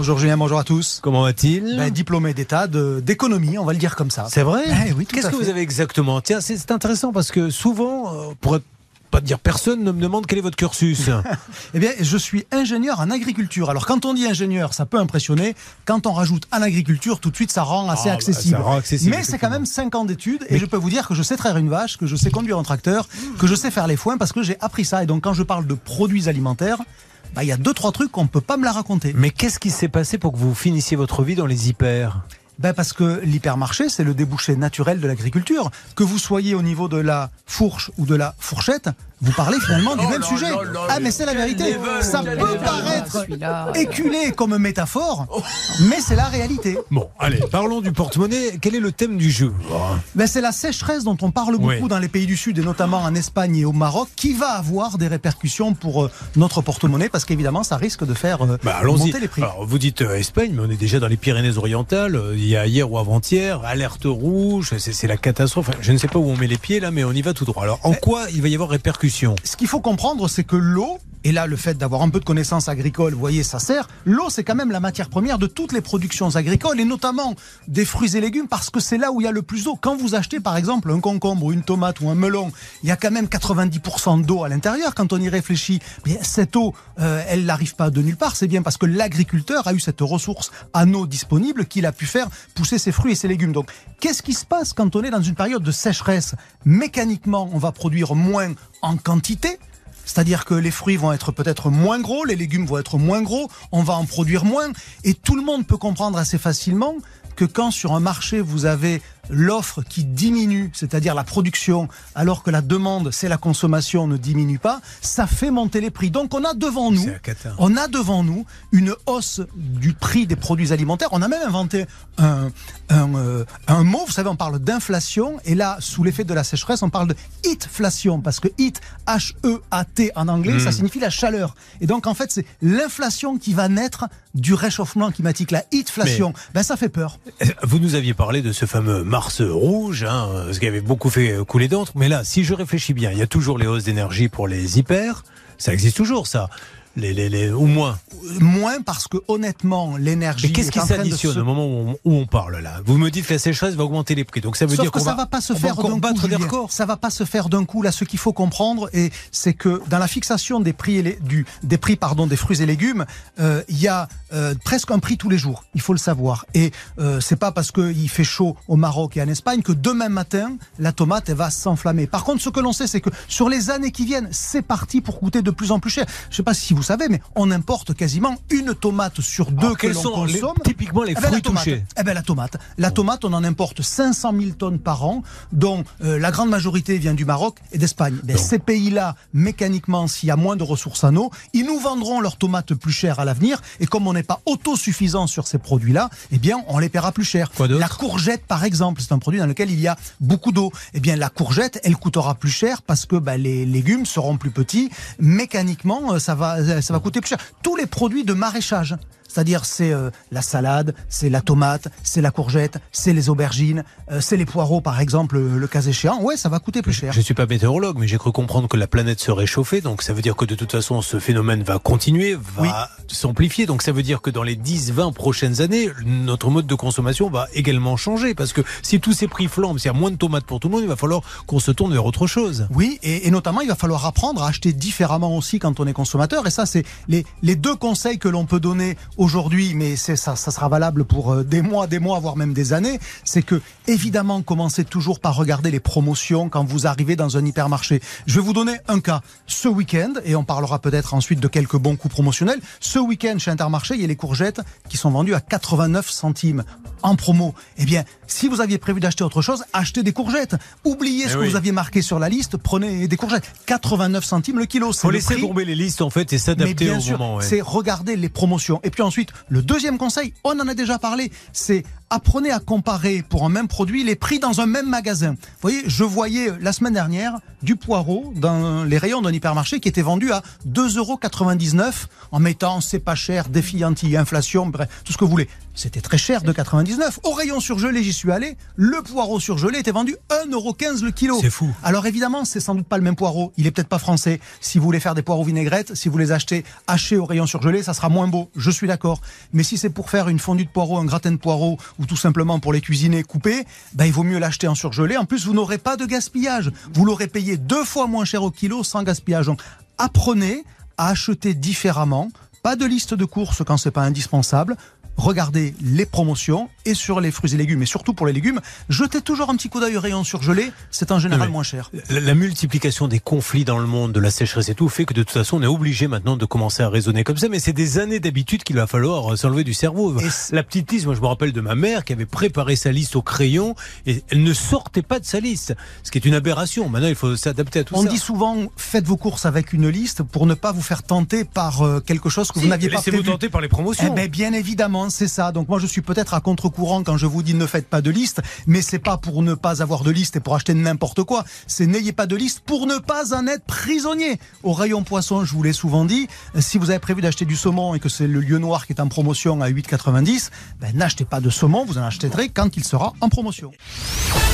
Bonjour Julien, bonjour à tous. Comment va-t-il ? Diplômé d'État d'économie, on va le dire comme ça. C'est vrai ? Oui, tout Qu'est-ce à que fait. vous avez exactement ? Tiens, c'est intéressant parce que souvent, pour pas dire personne ne me demande quel est votre cursus. Eh bien, je suis ingénieur en agriculture. Alors, quand on dit ingénieur, ça peut impressionner. Quand on rajoute en agriculture, tout de suite, ça rend assez accessible. Ça rend accessible. Mais c'est quand même 5 ans d'études et je peux vous dire que je sais traire une vache, que je sais conduire un tracteur, que je sais faire les foins parce que j'ai appris ça. Et donc, quand je parle de produits alimentaires, il y a 2-3 trucs qu'on ne peut pas me la raconter. Mais qu'est-ce qui s'est passé pour que vous finissiez votre vie dans les hyper ? Parce que l'hypermarché, c'est le débouché naturel de l'agriculture. Que vous soyez au niveau de la fourche ou de la fourchette, vous parlez finalement du même sujet. Mais c'est la vérité. Ça peut paraître éculé comme métaphore, mais c'est la réalité. Bon, allez, parlons du porte-monnaie. Quel est le thème du jeu ? C'est la sécheresse dont on parle beaucoup dans les pays du Sud, et notamment en Espagne et au Maroc, qui va avoir des répercussions pour notre porte-monnaie, parce qu'évidemment, ça risque de faire monter les prix. Alors, vous dites Espagne, mais on est déjà dans les Pyrénées-Orientales. Il y a hier ou avant-hier, alerte rouge, c'est la catastrophe. Je ne sais pas où on met les pieds là, mais on y va tout droit. Alors, en quoi il va y avoir répercussions ? Ce qu'il faut comprendre, c'est que l'eau, et là le fait d'avoir un peu de connaissances agricoles, vous voyez, ça sert. L'eau, c'est quand même la matière première de toutes les productions agricoles, et notamment des fruits et légumes, parce que c'est là où il y a le plus d'eau. Quand vous achetez par exemple un concombre ou une tomate ou un melon, il y a quand même 90% d'eau à l'intérieur. Quand on y réfléchit, mais cette eau, elle n'arrive pas de nulle part. C'est bien parce que l'agriculteur a eu cette ressource en eau disponible qu'il a pu faire pousser ses fruits et ses légumes. Donc, qu'est-ce qui se passe quand on est dans une période de sécheresse ? Mécaniquement, on va produire moins en quantité. C'est-à-dire que les fruits vont être peut-être moins gros, les légumes vont être moins gros, on va en produire moins. Et tout le monde peut comprendre assez facilement que quand sur un marché vous avez l'offre qui diminue, c'est-à-dire la production, alors que la demande, c'est la consommation, ne diminue pas, ça fait monter les prix. Donc on a devant nous une hausse du prix des produits alimentaires. On a même inventé un mot, vous savez, on parle d'inflation, et là, sous l'effet de la sécheresse, on parle de heatflation, parce que heat, H-E-A-T en anglais, ça signifie la chaleur. Et donc en fait, c'est l'inflation qui va naître du réchauffement climatique, la heatflation. Ça fait peur. Vous nous aviez parlé de ce fameux Mars rouge, ce qui avait beaucoup fait couler d'encre. Mais là, si je réfléchis bien, il y a toujours les hausses d'énergie pour les hyper. Ça existe toujours, ça. Ou moins. Moins, parce que honnêtement, l'énergie. Mais qu'est-ce qui s'additionne au moment où on parle là ? Vous me dites que la sécheresse va augmenter les prix, donc ça veut dire qu'on ça va pas se faire d'un coup. Des records. Ça va pas se faire d'un coup. Là, ce qu'il faut comprendre, c'est que dans la fixation des prix des fruits et légumes, il y a presque un prix tous les jours. Il faut le savoir. Et c'est pas parce qu'il fait chaud au Maroc et en Espagne que demain matin la tomate elle va s'enflammer. Par contre, ce que l'on sait, c'est que sur les années qui viennent, c'est parti pour coûter de plus en plus cher. Je sais pas si vous savez, mais on importe quasiment une tomate sur deux que l'on consomme. Typiquement les fruits touchés. La tomate, on en importe 500 000 tonnes par an, dont la grande majorité vient du Maroc et d'Espagne. Ces pays-là, mécaniquement, s'il y a moins de ressources en eau, ils nous vendront leurs tomates plus chères à l'avenir. Et comme on n'est pas autosuffisant sur ces produits-là, on les paiera plus cher. La courgette, par exemple, c'est un produit dans lequel il y a beaucoup d'eau. La courgette, elle coûtera plus cher parce que les légumes seront plus petits. Mécaniquement, ça va coûter plus cher. Tous les produits de maraîchage, c'est-à-dire c'est la salade, c'est la tomate, c'est la courgette, c'est les aubergines, c'est les poireaux par exemple, le cas échéant, ça va coûter plus cher. Je ne suis pas météorologue, mais j'ai cru comprendre que la planète se réchauffait, donc ça veut dire que de toute façon ce phénomène va continuer, va s'amplifier, donc ça veut dire que dans les 10-20 prochaines années, notre mode de consommation va également changer, parce que si tous ces prix flambent, s'il y a moins de tomates pour tout le monde, il va falloir qu'on se tourne vers autre chose. Oui, et notamment il va falloir apprendre à acheter différemment aussi quand on est consommateur, et ça c'est les deux conseils que l'on peut donner aujourd'hui, mais ça sera valable pour des mois, voire même des années, c'est que, évidemment, commencez toujours par regarder les promotions quand vous arrivez dans un hypermarché. Je vais vous donner un cas. Ce week-end, et on parlera peut-être ensuite de quelques bons coups promotionnels, ce week-end chez Intermarché, il y a les courgettes qui sont vendues à 89 centimes en promo. Si vous aviez prévu d'acheter autre chose, achetez des courgettes. Oubliez ce que vous aviez marqué sur la liste, prenez des courgettes. 89 centimes le kilo. Il faut laisser tomber les listes en fait et s'adapter au moment. C'est regarder les promotions. Et puis ensuite, le deuxième conseil, on en a déjà parlé, c'est apprenez à comparer pour un même produit les prix dans un même magasin. Vous voyez, je voyais la semaine dernière du poireau dans les rayons d'un hypermarché qui était vendu à 2,99 € en mettant c'est pas cher, défi anti-inflation, bref, tout ce que vous voulez. C'était très cher, 2,99 €. Au rayon surgelé, j'y suis allé, le poireau surgelé était vendu 1,15 € le kilo. C'est fou. Alors évidemment, c'est sans doute pas le même poireau. Il est peut-être pas français. Si vous voulez faire des poireaux vinaigrettes, si vous les achetez hachés au rayon surgelé, ça sera moins beau. Je suis d'accord. Mais si c'est pour faire une fondue de poireaux, un gratin de poireaux, ou tout simplement pour les cuisiner coupés, il vaut mieux l'acheter en surgelé. En plus, vous n'aurez pas de gaspillage. Vous l'aurez payé 2 fois moins cher au kilo sans gaspillage. Donc, apprenez à acheter différemment. Pas de liste de courses quand c'est pas indispensable. Regardez les promotions et sur les fruits et légumes, et surtout pour les légumes, jetez toujours un petit coup d'œil au rayon surgelé, c'est en général moins cher. La multiplication des conflits dans le monde, de la sécheresse et tout, fait que de toute façon on est obligé maintenant de commencer à raisonner comme ça, mais c'est des années d'habitude qu'il va falloir s'enlever du cerveau. La petite liste, moi je me rappelle de ma mère qui avait préparé sa liste au crayon et elle ne sortait pas de sa liste, ce qui est une aberration. Maintenant il faut s'adapter à tout ça. On dit souvent, faites vos courses avec une liste pour ne pas vous faire tenter par quelque chose que vous n'aviez pas prévu. Laissez-vous tenter par les promotions. Bien évidemment. C'est ça. Donc moi je suis peut-être à contre-courant quand je vous dis ne faites pas de liste, mais c'est pas pour ne pas avoir de liste et pour acheter n'importe quoi. C'est n'ayez pas de liste pour ne pas en être prisonnier. Au rayon poisson, je vous l'ai souvent dit, si vous avez prévu d'acheter du saumon et que c'est le lieu noir qui est en promotion à 8,90 €, n'achetez pas de saumon, vous en achèterez quand il sera en promotion.